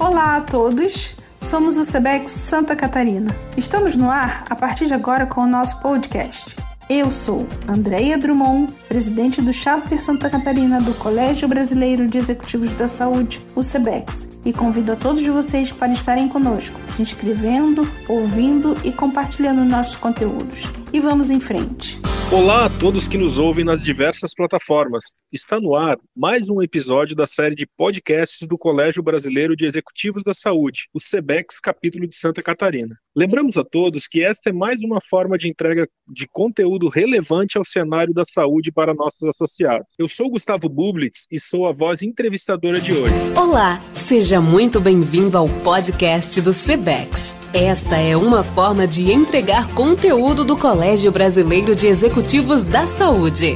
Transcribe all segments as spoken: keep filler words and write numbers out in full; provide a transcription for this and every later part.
Olá a todos, somos o SEBEX Santa Catarina. Estamos no ar a partir de agora com o nosso podcast. Eu sou Andréia Drummond, presidente do Chapter Santa Catarina do Colégio Brasileiro de Executivos da Saúde, o SEBEX, e convido a todos vocês para estarem conosco, se inscrevendo, ouvindo e compartilhando nossos conteúdos. E vamos em frente. Olá a todos que nos ouvem nas diversas plataformas. Está no ar mais um episódio da série de podcasts do Colégio Brasileiro de Executivos da Saúde, o SEBEX capítulo de Santa Catarina. Lembramos a todos que esta é mais uma forma de entrega de conteúdo relevante ao cenário da saúde para nossos associados. Eu sou Gustavo Bublitz e sou a voz entrevistadora de hoje. Olá, seja muito bem-vindo ao podcast do SEBEX. Esta é uma forma de entregar conteúdo do Colégio Brasileiro de Executivos da Saúde.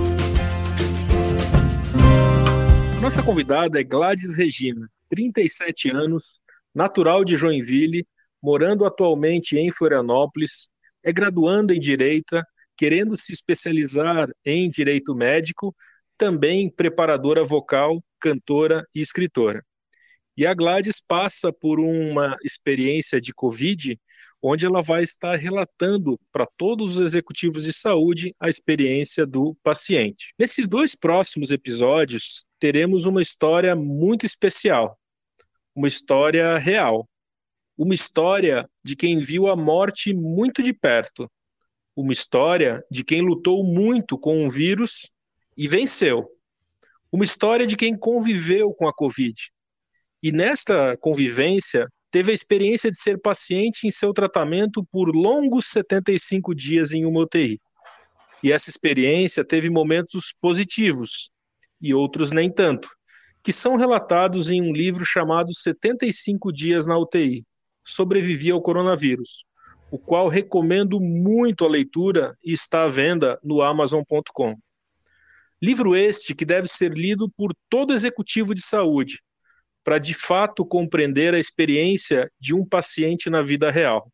Nossa convidada é Gladys Regina, trinta e sete anos, natural de Joinville, morando atualmente em Florianópolis, é graduanda em Direito, querendo se especializar em Direito Médico, também preparadora vocal, cantora e escritora. E a Gladys passa por uma experiência de Covid, onde ela vai estar relatando para todos os executivos de saúde a experiência do paciente. Nesses dois próximos episódios, teremos uma história muito especial, uma história real, uma história de quem viu a morte muito de perto, uma história de quem lutou muito com o vírus e venceu, uma história de quem conviveu com a Covid. E nesta convivência, teve a experiência de ser paciente em seu tratamento por longos setenta e cinco dias em uma U T I. E essa experiência teve momentos positivos e outros nem tanto, que são relatados em um livro chamado setenta e cinco dias na U T I, Sobrevivi ao Coronavírus, o qual recomendo muito a leitura e está à venda no amazon ponto com. Livro este que deve ser lido por todo executivo de saúde, para de fato compreender a experiência de um paciente na vida real.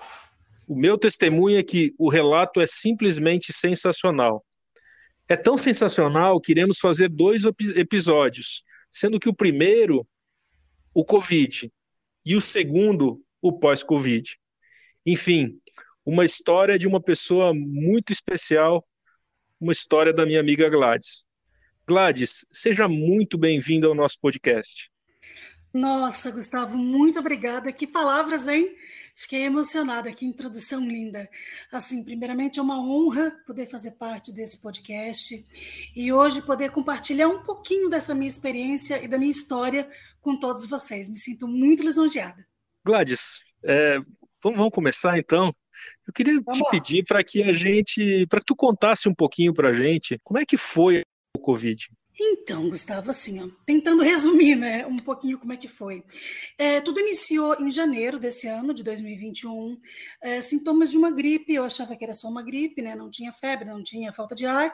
O meu testemunho é que o relato é simplesmente sensacional. É tão sensacional que iremos fazer dois episódios, sendo que o primeiro, o Covid, e o segundo, o pós-Covid. Enfim, uma história de uma pessoa muito especial, uma história da minha amiga Gladys. Gladys, seja muito bem-vinda ao nosso podcast. Nossa, Gustavo, muito obrigada. Que palavras, hein? Fiquei emocionada, que introdução linda. Assim, primeiramente é uma honra poder fazer parte desse podcast e hoje poder compartilhar um pouquinho dessa minha experiência e da minha história com todos vocês. Me sinto muito lisonjeada. Gladys, é, vamos, vamos começar então? Eu queria vamos te lá. pedir para que a gente, para que tu contasse um pouquinho para a gente como é que foi o Covid. Então, Gustavo, assim, ó, tentando resumir, né, um pouquinho como é que foi. É, tudo iniciou em janeiro desse ano, de dois mil e vinte e um, é, sintomas de uma gripe, eu achava que era só uma gripe, né, não tinha febre, não tinha falta de ar.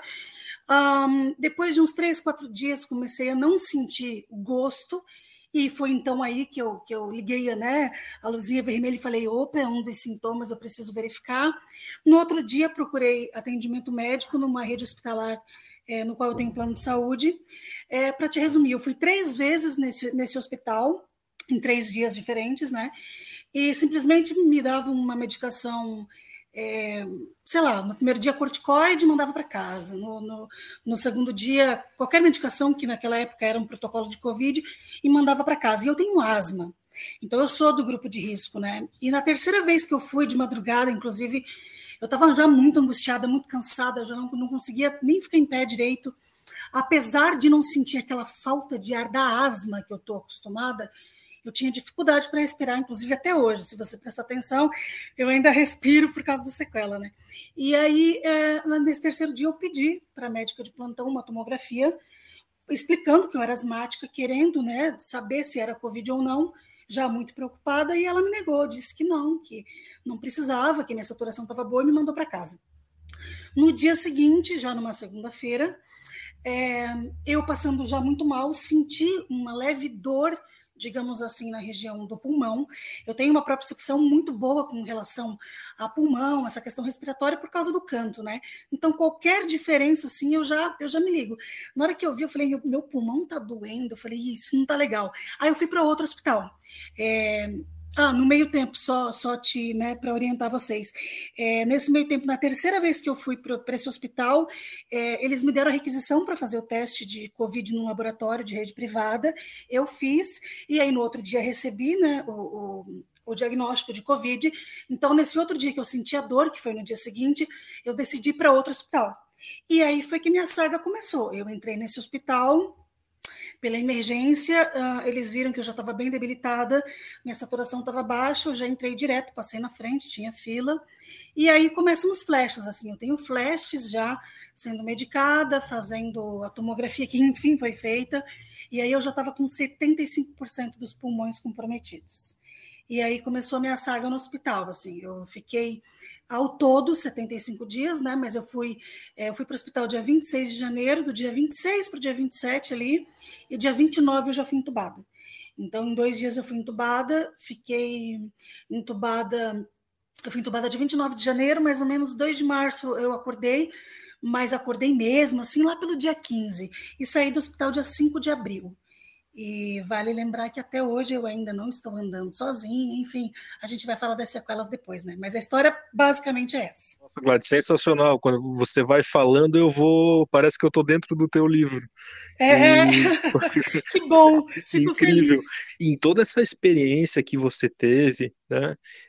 Um, depois de uns três, quatro dias, comecei a não sentir gosto, e foi então aí que eu, que eu liguei, né, a luzinha vermelha e falei, opa, é um dos sintomas, eu preciso verificar. No outro dia, procurei atendimento médico numa rede hospitalar É, no qual eu tenho plano de saúde. É, para te resumir, eu fui três vezes nesse, nesse hospital, em três dias diferentes, né? E simplesmente me davam uma medicação, é, sei lá, no primeiro dia corticoide, mandava para casa. No, no, no segundo dia, qualquer medicação que naquela época era um protocolo de Covid, e mandava para casa. E eu tenho asma, então eu sou do grupo de risco, né? E na terceira vez que eu fui, de madrugada, inclusive, eu estava já muito angustiada, muito cansada, já não, não conseguia nem ficar em pé direito. Apesar de não sentir aquela falta de ar da asma que eu estou acostumada, eu tinha dificuldade para respirar, inclusive até hoje. Se você prestar atenção, eu ainda respiro por causa da sequela, né? E aí, é, nesse terceiro dia, eu pedi para a médica de plantão uma tomografia, explicando que eu era asmática, querendo, né, saber se era Covid ou não, já muito preocupada, e ela me negou, disse que não, que não precisava, que minha saturação estava boa e me mandou para casa. No dia seguinte, já numa segunda-feira, é, eu passando já muito mal, senti uma leve dor digamos assim, na região do pulmão. Eu tenho uma percepção muito boa com relação a pulmão, essa questão respiratória, por causa do canto, né? Então, qualquer diferença, assim, eu já, eu já me ligo. Na hora que eu vi, eu falei, meu, meu pulmão tá doendo. Eu falei, isso não tá legal. Aí eu fui para outro hospital. É... Ah, no meio tempo, só, só te, né, para orientar vocês. É, nesse meio tempo, na terceira vez que eu fui para esse hospital, é, eles me deram a requisição para fazer o teste de Covid num laboratório de rede privada. Eu fiz, e aí no outro dia recebi, né, o, o, o diagnóstico de Covid. Então, nesse outro dia que eu senti a dor, que foi no dia seguinte, eu decidi ir para outro hospital. E aí foi que minha saga começou. Eu entrei nesse hospital. Pela emergência, uh, eles viram que eu já estava bem debilitada, minha saturação estava baixa, eu já entrei direto, passei na frente, tinha fila, e aí começam os flashes, assim, eu tenho flashes já sendo medicada, fazendo a tomografia que, enfim, foi feita, e aí eu já estava com setenta e cinco por cento dos pulmões comprometidos. E aí começou a minha saga no hospital, assim, eu fiquei ao todo setenta e cinco dias, né? Mas eu fui, é, eu fui para o hospital dia vinte e seis de janeiro, do dia vinte e seis para o dia vinte e sete ali, e dia vinte e nove eu já fui entubada. Então, em dois dias eu fui entubada, fiquei entubada, eu fui entubada dia vinte e nove de janeiro, mais ou menos dois de março eu acordei, mas acordei mesmo, assim, lá pelo dia quinze, e saí do hospital dia cinco de abril. E vale lembrar que até hoje eu ainda não estou andando sozinha, enfim, a gente vai falar das sequelas depois, né? Mas a história basicamente é essa. Nossa, Gladys, sensacional. Quando você vai falando, eu vou. Parece que eu estou dentro do teu livro. É, E... que bom, fico incrível. feliz. Em toda essa experiência que você teve, né?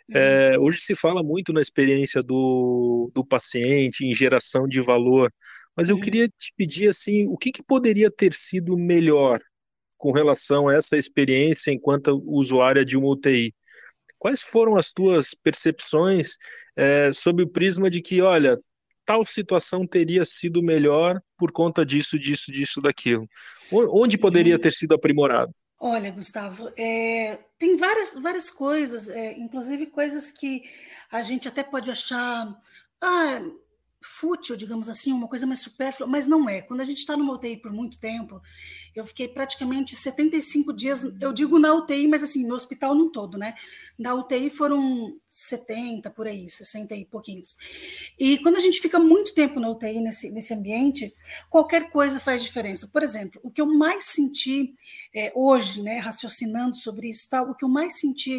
É, hoje se fala muito na experiência do, do paciente, em geração de valor, mas eu Uhum. queria te pedir assim, o que, que poderia ter sido melhor com relação a essa experiência enquanto usuária de uma U T I? Quais foram as tuas percepções é, sob o prisma de que, olha, tal situação teria sido melhor por conta disso, disso, disso, daquilo? Onde poderia ter sido aprimorado? Olha, Gustavo, é, tem várias, várias coisas, é, inclusive coisas que a gente até pode achar ah, fútil, digamos assim, uma coisa mais supérflua, mas não é. Quando a gente está numa U T I por muito tempo, eu fiquei praticamente setenta e cinco dias, eu digo na U T I, mas assim, no hospital num todo, né? Na U T I foram setenta, por aí, sessenta e pouquinhos. E quando a gente fica muito tempo na U T I, nesse, nesse ambiente, qualquer coisa faz diferença. Por exemplo, o que eu mais senti é, hoje, né, raciocinando sobre isso, tal, o que eu mais senti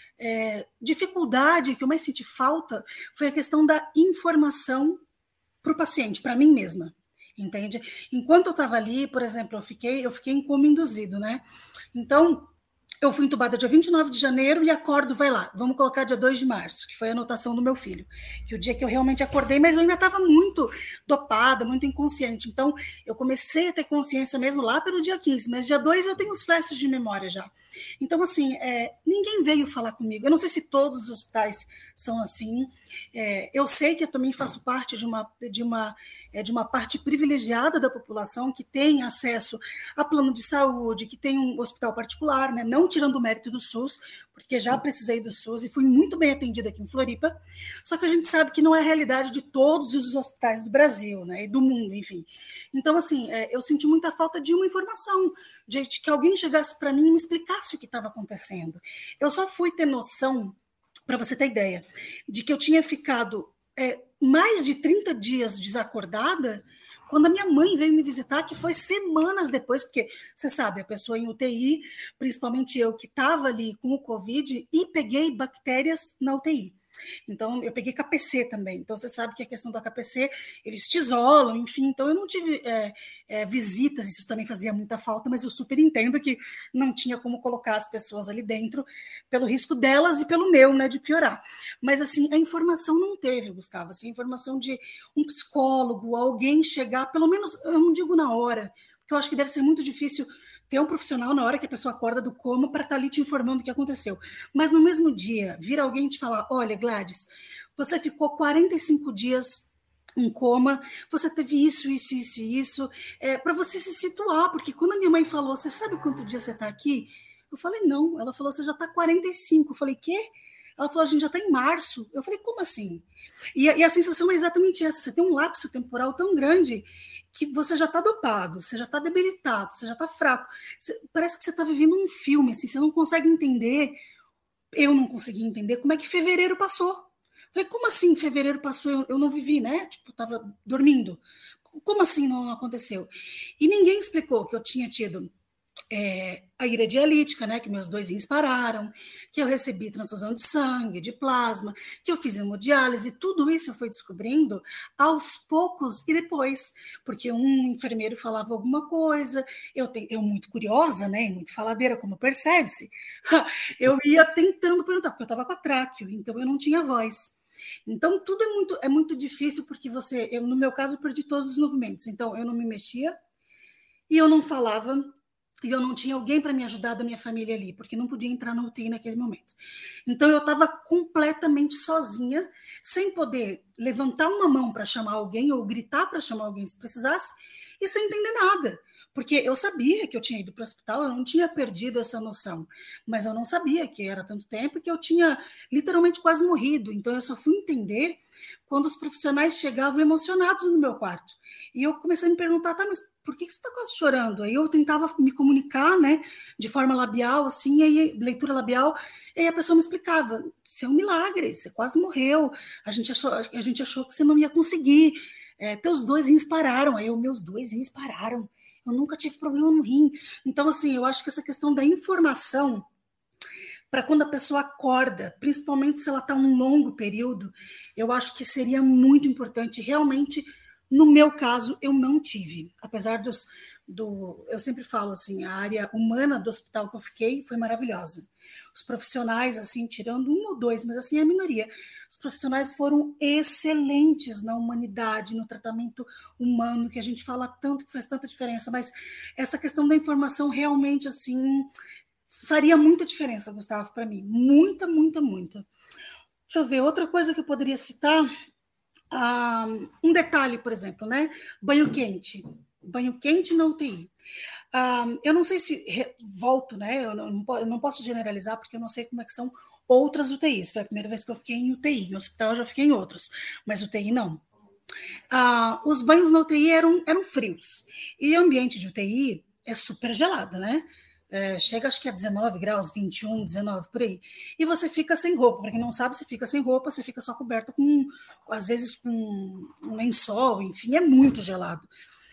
é, dificuldade, o que eu mais senti falta, foi a questão da informação para o paciente, para mim mesma. Entende? Enquanto eu estava ali, por exemplo, eu fiquei, eu fiquei em coma induzido, né? Então, eu fui entubada dia vinte e nove de janeiro e acordo, vai lá, vamos colocar dia dois de março, que foi a anotação do meu filho, que o dia que eu realmente acordei, mas eu ainda estava muito dopada, muito inconsciente. Então, eu comecei a ter consciência mesmo lá pelo dia quinze, mas dia dois eu tenho os flashes de memória já. Então, assim, é, ninguém veio falar comigo. Eu não sei se todos os hospitais são assim. É, eu sei que eu também faço parte de uma, de, uma, é, de uma parte privilegiada da população que tem acesso a plano de saúde, que tem um hospital particular, né? Não tirando o mérito do SUS, porque já precisei do SUS e fui muito bem atendida aqui em Floripa. Só que a gente sabe que não é a realidade de todos os hospitais do Brasil, né? E do mundo, enfim. Então, assim, é, eu senti muita falta de uma informação, de que alguém chegasse para mim e me explicasse o que estava acontecendo. Eu só fui ter noção, para você ter ideia, de que eu tinha ficado é, mais de trinta dias desacordada quando a minha mãe veio me visitar, que foi semanas depois, porque você sabe, a pessoa em U T I, principalmente eu que estava ali com o Covid, e peguei bactérias na U T I. Então, eu peguei K P C também. Então, você sabe que a questão da K P C, eles te isolam, enfim. Então, eu não tive é, é, visitas, isso também fazia muita falta, mas eu super entendo que não tinha como colocar as pessoas ali dentro pelo risco delas e pelo meu, né, de piorar. Mas, assim, a informação não teve, Gustavo. Assim, a informação de um psicólogo, alguém chegar, pelo menos, eu não digo na hora, porque eu acho que deve ser muito difícil ter um profissional na hora que a pessoa acorda do coma para estar ali te informando o que aconteceu. Mas no mesmo dia, vir alguém te falar, olha, Gladys, você ficou quarenta e cinco dias em coma, você teve isso, isso, isso e isso, é, para você se situar, porque quando a minha mãe falou, você sabe quanto dia você está aqui? Eu falei, não. Ela falou, você já está quarenta e cinco. Eu falei, quê? Ela falou, a gente já está em março. Eu falei, como assim? E a, e a sensação é exatamente essa, você tem um lapso temporal tão grande que você já está dopado, você já está debilitado, você já está fraco. Você, parece que você está vivendo um filme, assim, você não consegue entender. Eu não consegui entender como é que fevereiro passou. Falei, como assim fevereiro passou? Eu, eu não vivi, né? Tipo, estava dormindo. Como assim não aconteceu? E ninguém explicou que eu tinha tido é, a ira dialítica, né, que meus dois rins pararam, que eu recebi transfusão de sangue, de plasma, que eu fiz hemodiálise, tudo isso eu fui descobrindo aos poucos e depois, porque um enfermeiro falava alguma coisa, eu, te, eu muito curiosa, né, muito faladeira, como percebe-se, eu ia tentando perguntar, porque eu estava com a tráqueo, então eu não tinha voz. Então, tudo é muito, é muito difícil, porque você, eu, no meu caso, eu perdi todos os movimentos, então eu não me mexia, e eu não falava, e eu não tinha alguém para me ajudar da minha família ali, porque não podia entrar na U T I naquele momento. Então, eu estava completamente sozinha, sem poder levantar uma mão para chamar alguém, ou gritar para chamar alguém se precisasse, e sem entender nada. Porque eu sabia que eu tinha ido para o hospital, eu não tinha perdido essa noção, mas eu não sabia que era tanto tempo, que eu tinha literalmente quase morrido. Então, eu só fui entender quando os profissionais chegavam emocionados no meu quarto. E eu comecei a me perguntar, tá, mas por que você está quase chorando? Aí eu tentava me comunicar, né, de forma labial, assim, aí, leitura labial, e aí a pessoa me explicava, isso é um milagre, você quase morreu, a gente achou, a gente achou que você não ia conseguir, é, teus dois rins pararam, aí os meus dois rins pararam, eu nunca tive problema no rim. Então, assim, eu acho que essa questão da informação, para quando a pessoa acorda, principalmente se ela está um longo período, eu acho que seria muito importante. Realmente, no meu caso, eu não tive. Apesar dos... Do, eu sempre falo assim, a área humana do hospital que eu fiquei foi maravilhosa. Os profissionais, assim, tirando um ou dois, mas assim, a minoria, os profissionais foram excelentes na humanidade, no tratamento humano, que a gente fala tanto, que faz tanta diferença, mas essa questão da informação realmente, assim, faria muita diferença, Gustavo, para mim. Muita, muita, muita. Deixa eu ver, outra coisa que eu poderia citar, um, um detalhe, por exemplo, né? Banho quente. Banho quente na U T I. Um, eu não sei se re, volto, né? Eu não, eu não posso generalizar, porque eu não sei como é que são outras U T Is. Foi a primeira vez que eu fiquei em U T I. No hospital eu já fiquei em outros, mas U T I não. Uh, os banhos na U T I eram, eram frios. E o ambiente de U T I é super gelado, né? É, chega acho que a dezenove graus, vinte e um, dezenove, por aí. E você fica sem roupa. Para quem não sabe, você fica sem roupa, você fica só coberta com, às vezes, com um lençol, enfim, é muito gelado.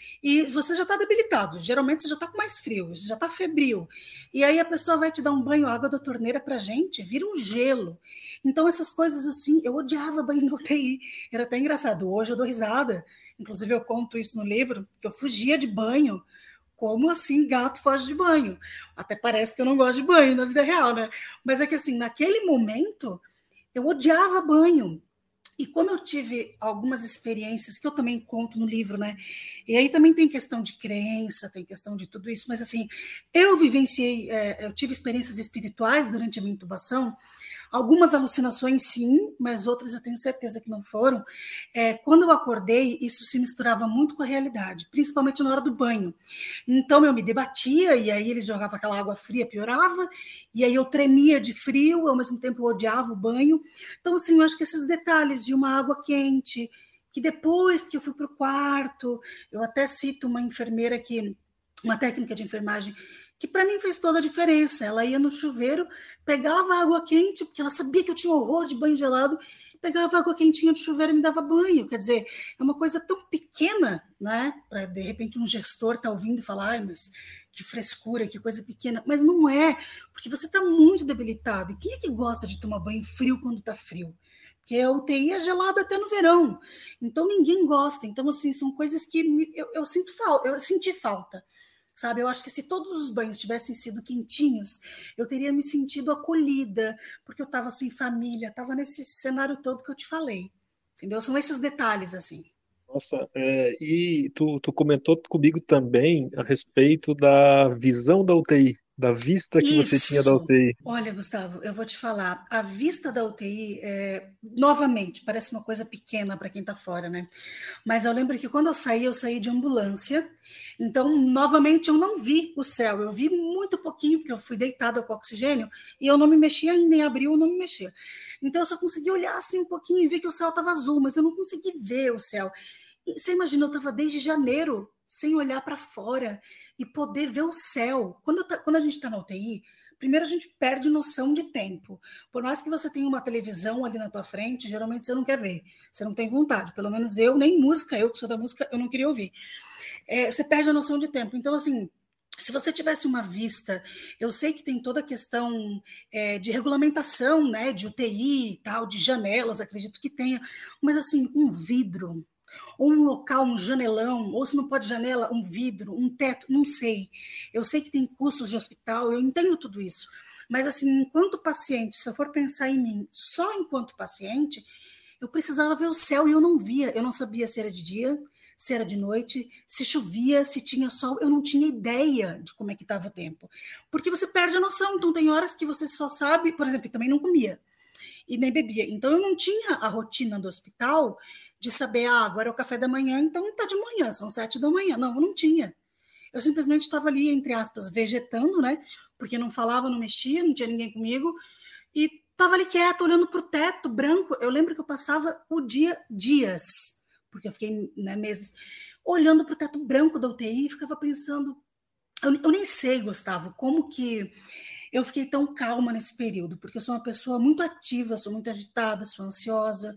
E você já está debilitado, geralmente você já está com mais frio, já está febril. E aí a pessoa vai te dar um banho, água da torneira para a gente, vira um gelo. Então essas coisas assim, eu odiava banho no U T I, era até engraçado. Hoje eu dou risada, inclusive eu conto isso no livro, que eu fugia de banho. Como assim gato foge de banho? Até parece que eu não gosto de banho na vida real, né? Mas é que assim, naquele momento, eu odiava banho. E como eu tive algumas experiências, que eu também conto no livro, né? E aí também tem questão de crença, tem questão de tudo isso, mas assim, eu vivenciei, é, eu tive experiências espirituais durante a minha intubação, algumas alucinações sim, mas outras eu tenho certeza que não foram. É, quando eu acordei, isso se misturava muito com a realidade, principalmente na hora do banho. Então eu me debatia, e aí eles jogavam aquela água fria, piorava, e aí eu tremia de frio, ao mesmo tempo eu odiava o banho. Então, assim, eu acho que esses detalhes de uma água quente, que depois que eu fui para o quarto, eu até cito uma enfermeira que, uma técnica de enfermagem, que para mim fez toda a diferença. Ela ia no chuveiro, pegava água quente, porque ela sabia que eu tinha horror de banho gelado, pegava água quentinha do chuveiro e me dava banho. Quer dizer, é uma coisa tão pequena, né? Para, de repente, um gestor estar tá ouvindo e falar, ai, mas que frescura, que coisa pequena. Mas não é, porque você está muito debilitado. E quem é que gosta de tomar banho frio quando está frio? Porque a U T I é gelada até no verão. Então, ninguém gosta. Então, assim, são coisas que me, eu, eu, sinto falta, eu senti falta. Sabe, eu acho que se todos os banhos tivessem sido quentinhos, eu teria me sentido acolhida, porque eu estava sem família, estava nesse cenário todo que eu te falei, entendeu? São esses detalhes, assim. Nossa, é, e tu, tu comentou comigo também a respeito da visão da U T I, da vista que Isso. você tinha da U T I. Olha, Gustavo, eu vou te falar, a vista da U T I, é, novamente, parece uma coisa pequena para quem está fora, né? Mas eu lembro que quando eu saí, eu saí de ambulância, então, novamente, eu não vi o céu, eu vi muito pouquinho, porque eu fui deitada com oxigênio, e eu não me mexia ainda, em abril eu não me mexia. Então, eu só consegui olhar assim um pouquinho e ver que o céu estava azul, mas eu não consegui ver o céu. E você imagina, eu estava desde janeiro sem olhar para fora e poder ver o céu. Quando, eu, quando a gente está na U T I, primeiro a gente perde noção de tempo. Por mais que você tenha uma televisão ali na tua frente, geralmente você não quer ver, você não tem vontade. Pelo menos eu, nem música, eu que sou da música, eu não queria ouvir. É, você perde a noção de tempo. Então, assim, se você tivesse uma vista, eu sei que tem toda a questão é, de regulamentação, né, de U T I e tal, de janelas, acredito que tenha, mas assim, um vidro, ou um local, um janelão, ou se não pode janela, um vidro, um teto, não sei. Eu sei que tem custos de hospital, eu entendo tudo isso, mas assim, enquanto paciente, se eu for pensar em mim só enquanto paciente, eu precisava ver o céu e eu não via, eu não sabia se era de dia, se era de noite, se chovia, se tinha sol, eu não tinha ideia de como é que estava o tempo, porque você perde a noção. Então tem horas que você só sabe, por exemplo, eu também não comia e nem bebia, então eu não tinha a rotina do hospital de saber, ah, agora é o café da manhã, então está de manhã, são sete da manhã. Não, eu não tinha. Eu simplesmente estava ali, entre aspas, vegetando, né? Porque não falava, não mexia, não tinha ninguém comigo, e estava ali quieta, olhando para o teto branco. Eu lembro que eu passava o dia, dias, porque eu fiquei, né, meses, olhando para o teto branco da U T I e ficava pensando, eu, eu nem sei, Gustavo, como que eu fiquei tão calma nesse período, porque eu sou uma pessoa muito ativa, sou muito agitada, sou ansiosa.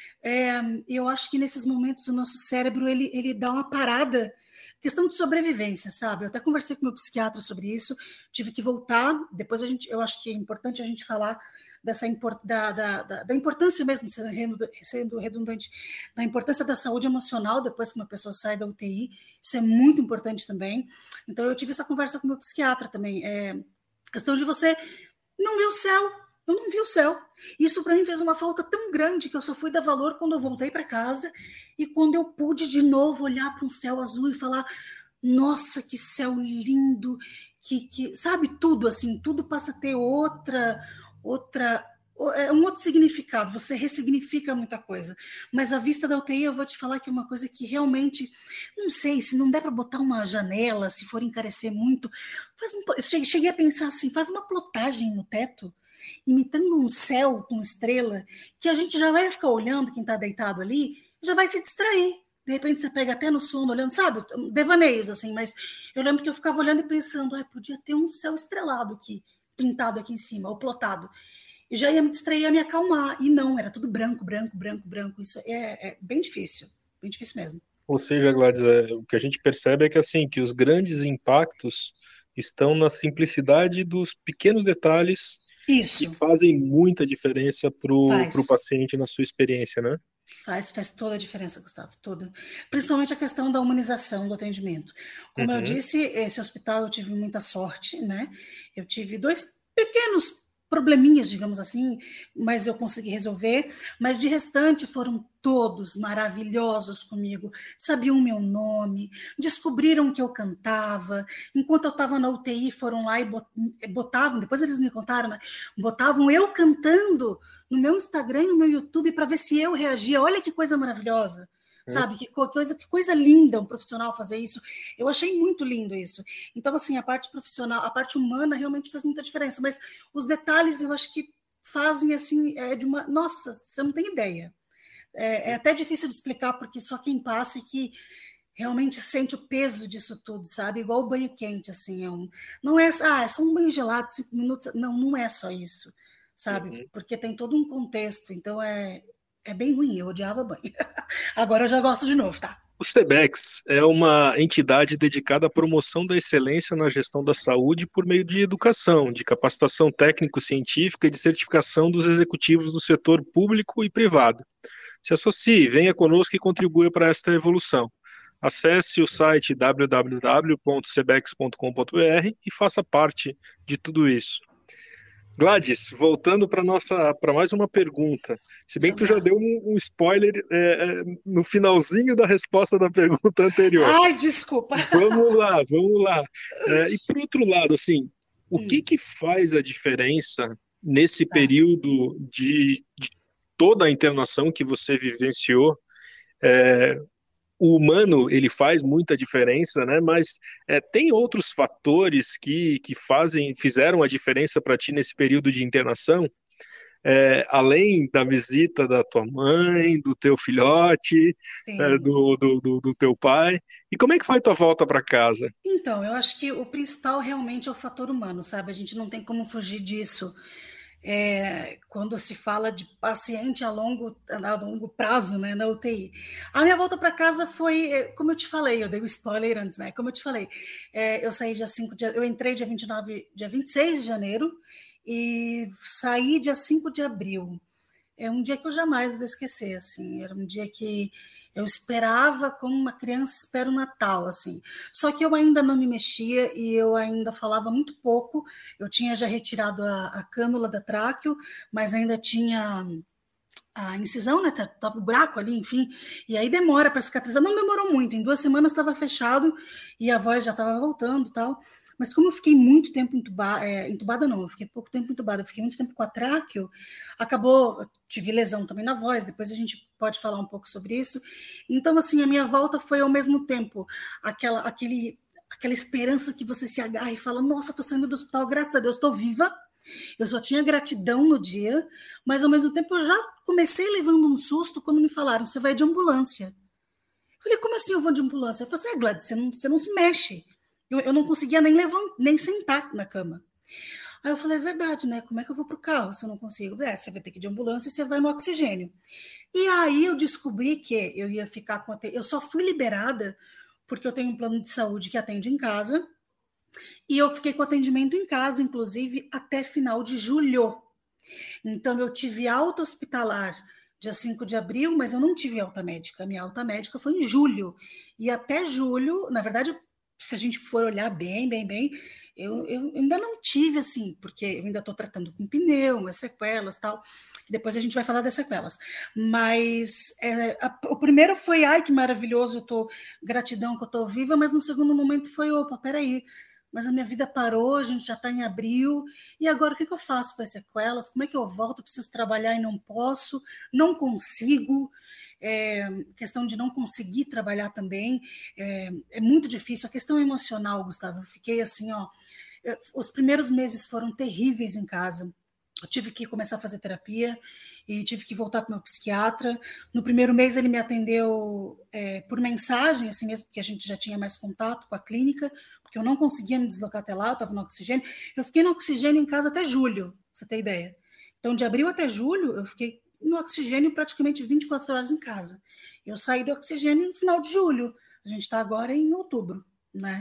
É, eu acho que nesses momentos o nosso cérebro ele, ele dá uma parada, questão de sobrevivência, sabe? Eu até conversei com meu psiquiatra sobre isso, tive que voltar, depois a gente, eu acho que é importante a gente falar dessa da, da, da, da importância mesmo, sendo redundante, da importância da saúde emocional depois que uma pessoa sai da U T I, isso é muito importante também. Então eu tive essa conversa com meu psiquiatra também, é, questão de você não ver o céu. Eu não vi o céu. Isso para mim fez uma falta tão grande que eu só fui dar valor quando eu voltei para casa e quando eu pude de novo olhar para um céu azul e falar, nossa, que céu lindo, que, que sabe, tudo assim, tudo passa a ter outra, outra, é um outro significado, você ressignifica muita coisa. Mas a vista da U T I, eu vou te falar que é uma coisa que realmente, não sei, se não der para botar uma janela, se for encarecer muito, faz um, eu cheguei a pensar assim, faz uma plotagem no teto, imitando um céu com estrela, que a gente já vai ficar olhando quem está deitado ali, já vai se distrair. De repente você pega até no sono, olhando, sabe, devaneios assim, mas eu lembro que eu ficava olhando e pensando, ah, podia ter um céu estrelado aqui, pintado aqui em cima, ou plotado. E já ia me distrair, ia me acalmar. E não, era tudo branco, branco, branco, branco. Isso é, é bem difícil, bem difícil mesmo. Ou seja, Gladys, é, o que a gente percebe é que, assim, que os grandes impactos estão na simplicidade dos pequenos detalhes Isso. que fazem muita diferença para o paciente na sua experiência, né? Faz, faz toda a diferença, Gustavo, toda. Principalmente a questão da humanização do atendimento. Como uhum. eu disse, esse hospital eu tive muita sorte, né? Eu tive dois pequenos probleminhas, digamos assim, mas eu consegui resolver, mas de restante foram todos maravilhosos comigo, sabiam o meu nome, descobriram que eu cantava, enquanto eu estava na U T I foram lá e botavam, depois eles me contaram, né, botavam eu cantando no meu Instagram e no meu YouTube para ver se eu reagia, olha que coisa maravilhosa. Sabe, que coisa, que coisa linda um profissional fazer isso. Eu achei muito lindo isso. Então, assim, a parte profissional, a parte humana realmente faz muita diferença, mas os detalhes eu acho que fazem, assim, é de uma... Nossa, você não tem ideia. É, é até difícil de explicar, porque só quem passa é que realmente sente o peso disso tudo, sabe? Igual o banho quente, assim. É um, não é, ah, é só um banho gelado, cinco minutos. Não, não é só isso, sabe? Uhum. Porque tem todo um contexto. Então, é... É bem ruim, eu odiava banho. Agora eu já gosto de novo, tá? O SEBEX é uma entidade dedicada à promoção da excelência na gestão da saúde por meio de educação, de capacitação técnico-científica e de certificação dos executivos do setor público e privado. Se associe, venha conosco e contribua para esta evolução. Acesse o site w w w ponto sebex ponto com ponto b r e faça parte de tudo isso. Gladys, voltando para nossa para mais uma pergunta, se bem que tu já deu um, um spoiler é, no finalzinho da resposta da pergunta anterior. Ai, desculpa. Vamos lá, vamos lá. É, e por outro lado, assim, o hum. que que faz a diferença nesse período de, de toda a internação que você vivenciou? É, o humano, ele faz muita diferença, né? Mas é, tem outros fatores que, que fazem, fizeram a diferença para ti nesse período de internação? é, além da visita da tua mãe, do teu filhote, é, do, do, do, do teu pai. E como é que foi tua volta para casa? Então, eu acho que o principal realmente é o fator humano, sabe? A gente não tem como fugir disso. É, quando se fala de paciente a longo, a longo prazo, né, na U T I. A minha volta para casa foi, como eu te falei, eu dei o spoiler antes, né? Como eu te falei, é, eu saí dia cinco de, eu entrei dia vinte e nove, dia vinte e seis de janeiro e saí dia cinco de abril. É um dia que eu jamais vou esquecer, assim. Era um dia que eu esperava como uma criança espera o Natal, assim. Só que eu ainda não me mexia e eu ainda falava muito pouco. Eu tinha já retirado a, a cânula da tráqueo, mas ainda tinha a incisão, né? Tava o buraco ali, enfim. E aí demora para cicatrizar. Não demorou muito. Em duas semanas estava fechado e a voz já estava voltando e tal. Mas como eu fiquei muito tempo entubada, é, entubada não, eu fiquei pouco tempo entubada, eu fiquei muito tempo com a tráqueo, acabou, tive lesão também na voz, depois a gente pode falar um pouco sobre isso. Então, assim, a minha volta foi ao mesmo tempo aquela, aquele, aquela esperança que você se agarra e fala, nossa, estou saindo do hospital, graças a Deus, estou viva. Eu só tinha gratidão no dia, mas ao mesmo tempo eu já comecei levando um susto quando me falaram, você vai de ambulância. Eu falei, como assim eu vou de ambulância? Eu falei assim, é, Gladys, você não, você não se mexe. Eu, eu não conseguia nem levantar, nem sentar na cama. Aí eu falei, é verdade, né? Como é que eu vou para o carro se eu não consigo? É, você vai ter que ir de ambulância e você vai no oxigênio. E aí eu descobri que eu ia ficar com... A te... Eu só fui liberada porque eu tenho um plano de saúde que atende em casa e eu fiquei com atendimento em casa, inclusive, até final de julho. Então eu tive alta hospitalar dia cinco de abril, mas eu não tive alta médica. A minha alta médica foi em julho. E até julho, na verdade... Se a gente for olhar bem, bem, bem, eu, eu ainda não tive, assim, porque eu ainda estou tratando com pneu, umas sequelas e tal, depois a gente vai falar das sequelas. Mas é, a, o primeiro foi, ai, que maravilhoso, eu tô, gratidão que eu estou viva, mas no segundo momento foi, opa, peraí, mas a minha vida parou, a gente já está em abril, e agora o que, que eu faço com as sequelas? Como é que eu volto? Eu preciso trabalhar e não posso, não consigo... É, questão de não conseguir trabalhar também, é, é muito difícil. A questão emocional, Gustavo, eu fiquei assim, ó, eu, os primeiros meses foram terríveis em casa. Eu tive que começar a fazer terapia e tive que voltar para o meu psiquiatra. No primeiro mês ele me atendeu é, por mensagem, assim mesmo, porque a gente já tinha mais contato com a clínica, porque eu não conseguia me deslocar até lá, eu estava no oxigênio. Eu fiquei no oxigênio em casa até julho, pra você ter ideia. Então, de abril até julho, eu fiquei no oxigênio praticamente vinte e quatro horas em casa. Eu saí do oxigênio no final de julho. A gente está agora em outubro, né?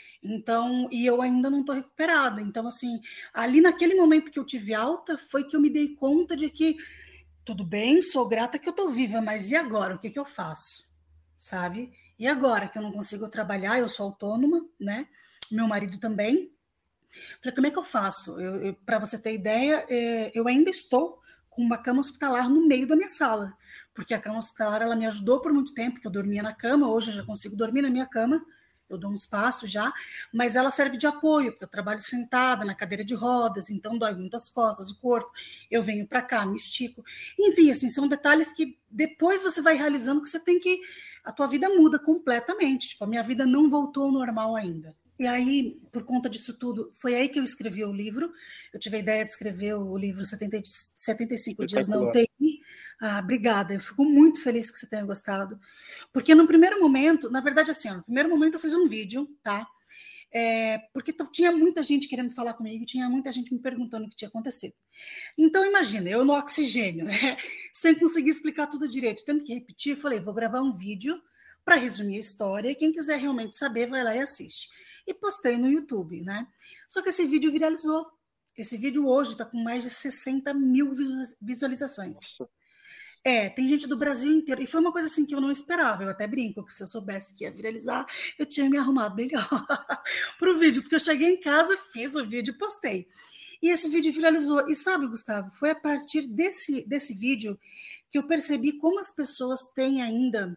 Então, e eu ainda não estou recuperada. Então, assim, ali naquele momento que eu tive alta, foi que eu me dei conta de que tudo bem, sou grata que eu estou viva, mas e agora? O que, que eu faço? Sabe? E agora que eu não consigo trabalhar, eu sou autônoma, né? Meu marido também. Falei, como é que eu faço? Eu, eu, para você ter ideia, é, eu ainda estou com uma cama hospitalar no meio da minha sala, porque a cama hospitalar ela me ajudou por muito tempo, que eu dormia na cama, hoje eu já consigo dormir na minha cama, eu dou uns passos já, mas ela serve de apoio, porque eu trabalho sentada na cadeira de rodas, então dói muito as costas, o corpo, eu venho para cá, me estico, enfim, assim, são detalhes que depois você vai realizando que você tem que, a tua vida muda completamente, tipo, a minha vida não voltou ao normal ainda. E aí, por conta disso tudo, foi aí que eu escrevi o livro. Eu tive a ideia de escrever o livro setenta, setenta e cinco Dias na U T I. Ah, obrigada, eu fico muito feliz que você tenha gostado. Porque no primeiro momento, na verdade, assim, ó, no primeiro momento eu fiz um vídeo, tá? É, porque tinha muita gente querendo falar comigo, tinha muita gente me perguntando o que tinha acontecido. Então, imagina, eu no oxigênio, né? Sem conseguir explicar tudo direito, tendo que repetir, eu falei, vou gravar um vídeo para resumir a história, e quem quiser realmente saber, vai lá e assiste. E postei no YouTube, né? Só que esse vídeo viralizou. Esse vídeo hoje está com mais de sessenta mil visualizações. Nossa. É, tem gente do Brasil inteiro. E foi uma coisa assim que eu não esperava. Eu até brinco que se eu soubesse que ia viralizar, eu tinha me arrumado melhor para o vídeo, porque eu cheguei em casa, fiz o vídeo e postei. E esse vídeo viralizou. E sabe, Gustavo, foi a partir desse, desse vídeo que eu percebi como as pessoas têm ainda...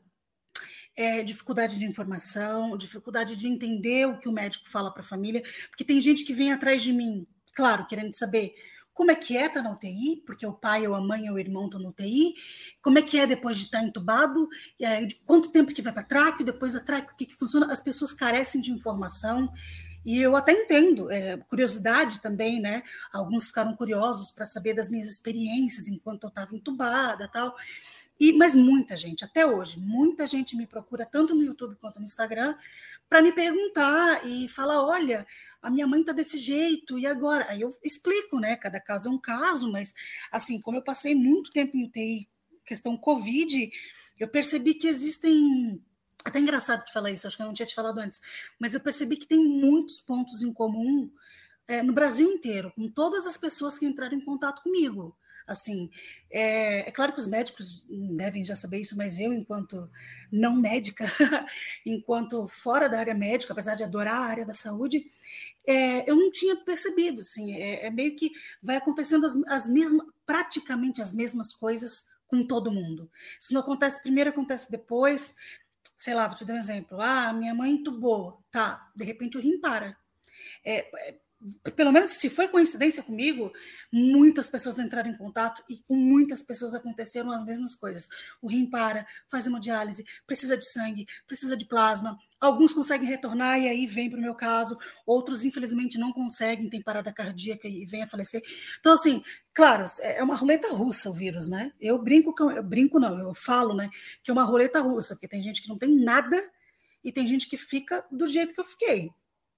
É, dificuldade de informação, dificuldade de entender o que o médico fala para a família, porque tem gente que vem atrás de mim, claro, querendo saber como é que é estar na U T I, porque o pai ou a mãe ou o irmão estão na U T I, como é que é depois de estar entubado, é, de quanto tempo que vai para a tráqueo, depois da tráqueo, o que, que funciona, as pessoas carecem de informação, E eu até entendo, é, curiosidade também, né? Alguns ficaram curiosos para saber das minhas experiências enquanto eu estava entubada, tal. E, mas muita gente, até hoje, muita gente me procura, tanto no YouTube quanto no Instagram, para me perguntar e falar, olha, a minha mãe está desse jeito, e agora? Aí eu explico, né? Cada caso é um caso, mas, assim, como eu passei muito tempo em U T I, questão Covid, eu percebi que existem... Até engraçado de falar isso, acho que eu não tinha te falado antes, mas eu percebi que tem muitos pontos em comum é, no Brasil inteiro, com todas as pessoas que entraram em contato comigo. Assim, é, é claro que os médicos devem já saber isso, mas eu, enquanto não médica, enquanto fora da área médica, apesar de adorar a área da saúde, é, eu não tinha percebido. Assim, é, é meio que vai acontecendo as, as mesmas, praticamente as mesmas coisas com todo mundo. Se não acontece primeiro, acontece depois. Sei lá, vou te dar um exemplo. Ah, minha mãe entubou. Tá, de repente o rim para. É, é, pelo menos se foi coincidência comigo, muitas pessoas entraram em contato e com muitas pessoas aconteceram as mesmas coisas. O rim para, faz hemodiálise, precisa de sangue, precisa de plasma. Alguns conseguem retornar e aí vem para o meu caso. Outros, infelizmente, não conseguem, tem parada cardíaca e vêm a falecer. Então, assim, claro, é uma roleta russa o vírus, né? Eu brinco, que eu, eu brinco não, eu falo, né, que é uma roleta russa, porque tem gente que não tem nada e tem gente que fica do jeito que eu fiquei.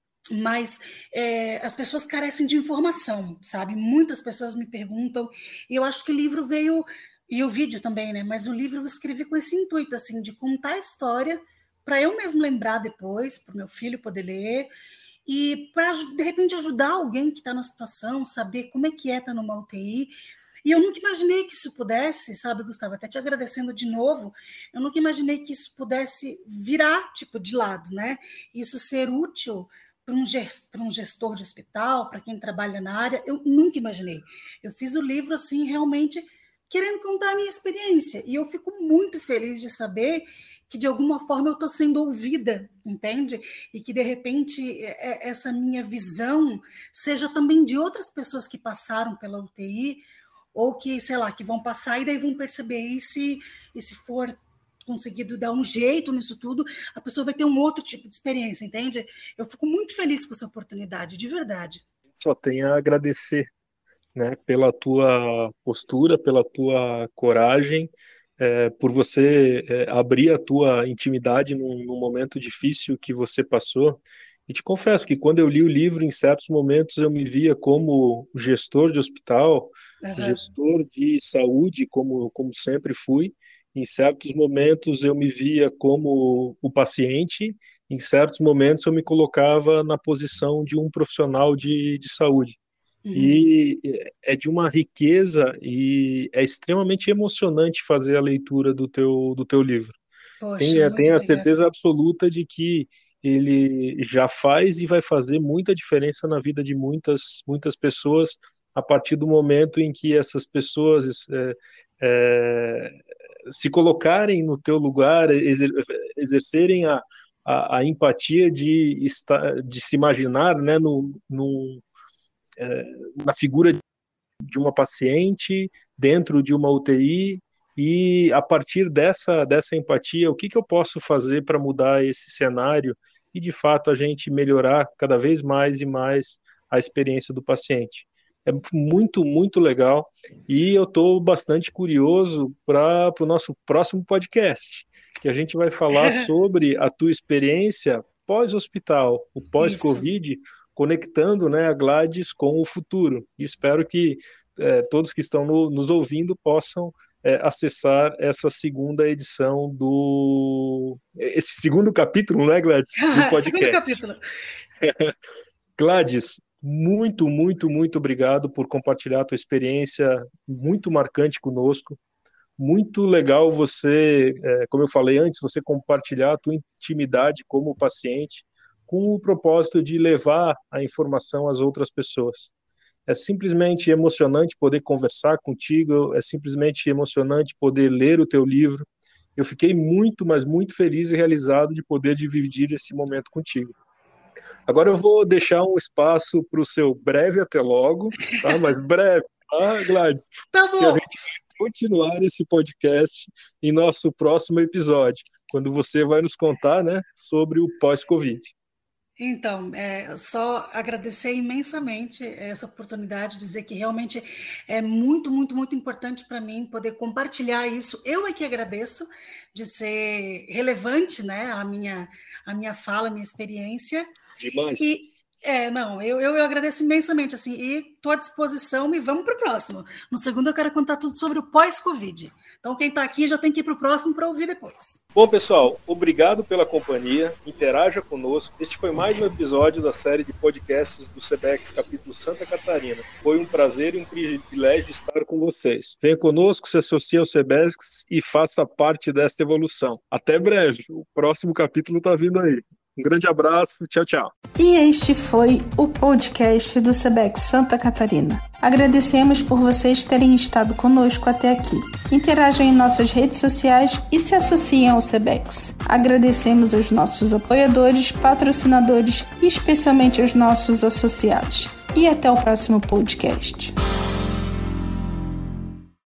Mas é, as pessoas carecem de informação, sabe? Muitas pessoas me perguntam, e eu acho que o livro veio, e o vídeo também, né? Mas o livro eu escrevi com esse intuito, assim, de contar a história, para eu mesmo lembrar depois, para o meu filho poder ler, e para, de repente, ajudar alguém que está na situação, saber como é que é estar numa U T I. E eu nunca imaginei que isso pudesse, sabe, Gustavo, até te agradecendo de novo, eu nunca imaginei que isso pudesse virar, tipo, de lado, né? Isso ser útil para um, para um gestor de hospital, para quem trabalha na área, eu nunca imaginei. Eu fiz o livro, assim, realmente querendo contar a minha experiência, e eu fico muito feliz de saber que, de alguma forma, eu estou sendo ouvida, entende? E que, de repente, essa minha visão seja também de outras pessoas que passaram pela U T I, ou que, sei lá, que vão passar e daí vão perceber isso, e, e se for conseguido dar um jeito nisso tudo, a pessoa vai ter um outro tipo de experiência, entende? Eu fico muito feliz com essa oportunidade, de verdade. Só tenho a agradecer, né, pela tua postura, pela tua coragem, é, por você é, abrir a tua intimidade num, num momento difícil que você passou. E te confesso que quando eu li o livro, em certos momentos eu me via como gestor de hospital, uhum. gestor de saúde, como, como sempre fui. Em certos momentos eu me via como o paciente, em certos momentos eu me colocava na posição de um profissional de, de saúde. Uhum. E é de uma riqueza e é extremamente emocionante fazer a leitura do teu, do teu livro. Poxa, tenho, tenho a certeza absoluta de que ele já faz e vai fazer muita diferença na vida de muitas, muitas pessoas a partir do momento em que essas pessoas é, é, se colocarem no teu lugar, exer, exercerem a, a, a empatia de, estar, de se imaginar, né, no, no, é, na figura de uma paciente dentro de uma U T I, e a partir dessa, dessa empatia, o que, que eu posso fazer para mudar esse cenário e, de fato, a gente melhorar cada vez mais e mais a experiência do paciente. É muito, muito legal, e eu estou bastante curioso para o nosso próximo podcast, que a gente vai falar sobre a tua experiência pós-hospital, o pós-Covid, Isso. conectando, né, a Gladys com o futuro. E espero que é, todos que estão no, nos ouvindo possam é, acessar essa segunda edição do... esse segundo capítulo, né, Gladys? Do podcast. Segundo capítulo. Gladys, muito, muito, muito obrigado por compartilhar a tua experiência muito marcante conosco. Muito legal você, é, como eu falei antes, você compartilhar a tua intimidade como paciente com o propósito de levar a informação às outras pessoas. É simplesmente emocionante poder conversar contigo, é simplesmente emocionante poder ler o teu livro. Eu fiquei muito, mas muito feliz e realizado de poder dividir esse momento contigo. Agora eu vou deixar um espaço para o seu breve até logo, tá? Mas breve, tá, Gladys? Tá bom. Que a gente vai continuar esse podcast em nosso próximo episódio, quando você vai nos contar, né, sobre o pós-Covid. Então, é, só agradecer imensamente essa oportunidade, dizer que realmente é muito, muito, muito importante para mim poder compartilhar isso. Eu é que agradeço de ser relevante, né, a minha, a minha fala, a minha experiência. Demais. E, é, não, eu, eu, eu agradeço imensamente, assim, e estou à disposição e vamos para o próximo. No segundo eu quero contar tudo sobre o pós-Covid. Então, quem está aqui já tem que ir para o próximo para ouvir depois. Bom, pessoal, obrigado pela companhia, interaja conosco. Este foi mais um episódio da série de podcasts do SEBEX capítulo Santa Catarina. Foi um prazer e um privilégio estar com vocês. Venha conosco, se associe ao SEBEX e faça parte desta evolução. Até breve, o próximo capítulo está vindo aí. Um grande abraço, tchau, tchau. E este foi o podcast do SEBEX Santa Catarina. Agradecemos por vocês terem estado conosco até aqui. Interajam em nossas redes sociais e se associem ao SEBEX. Agradecemos aos nossos apoiadores, patrocinadores e especialmente aos nossos associados. E até o próximo podcast.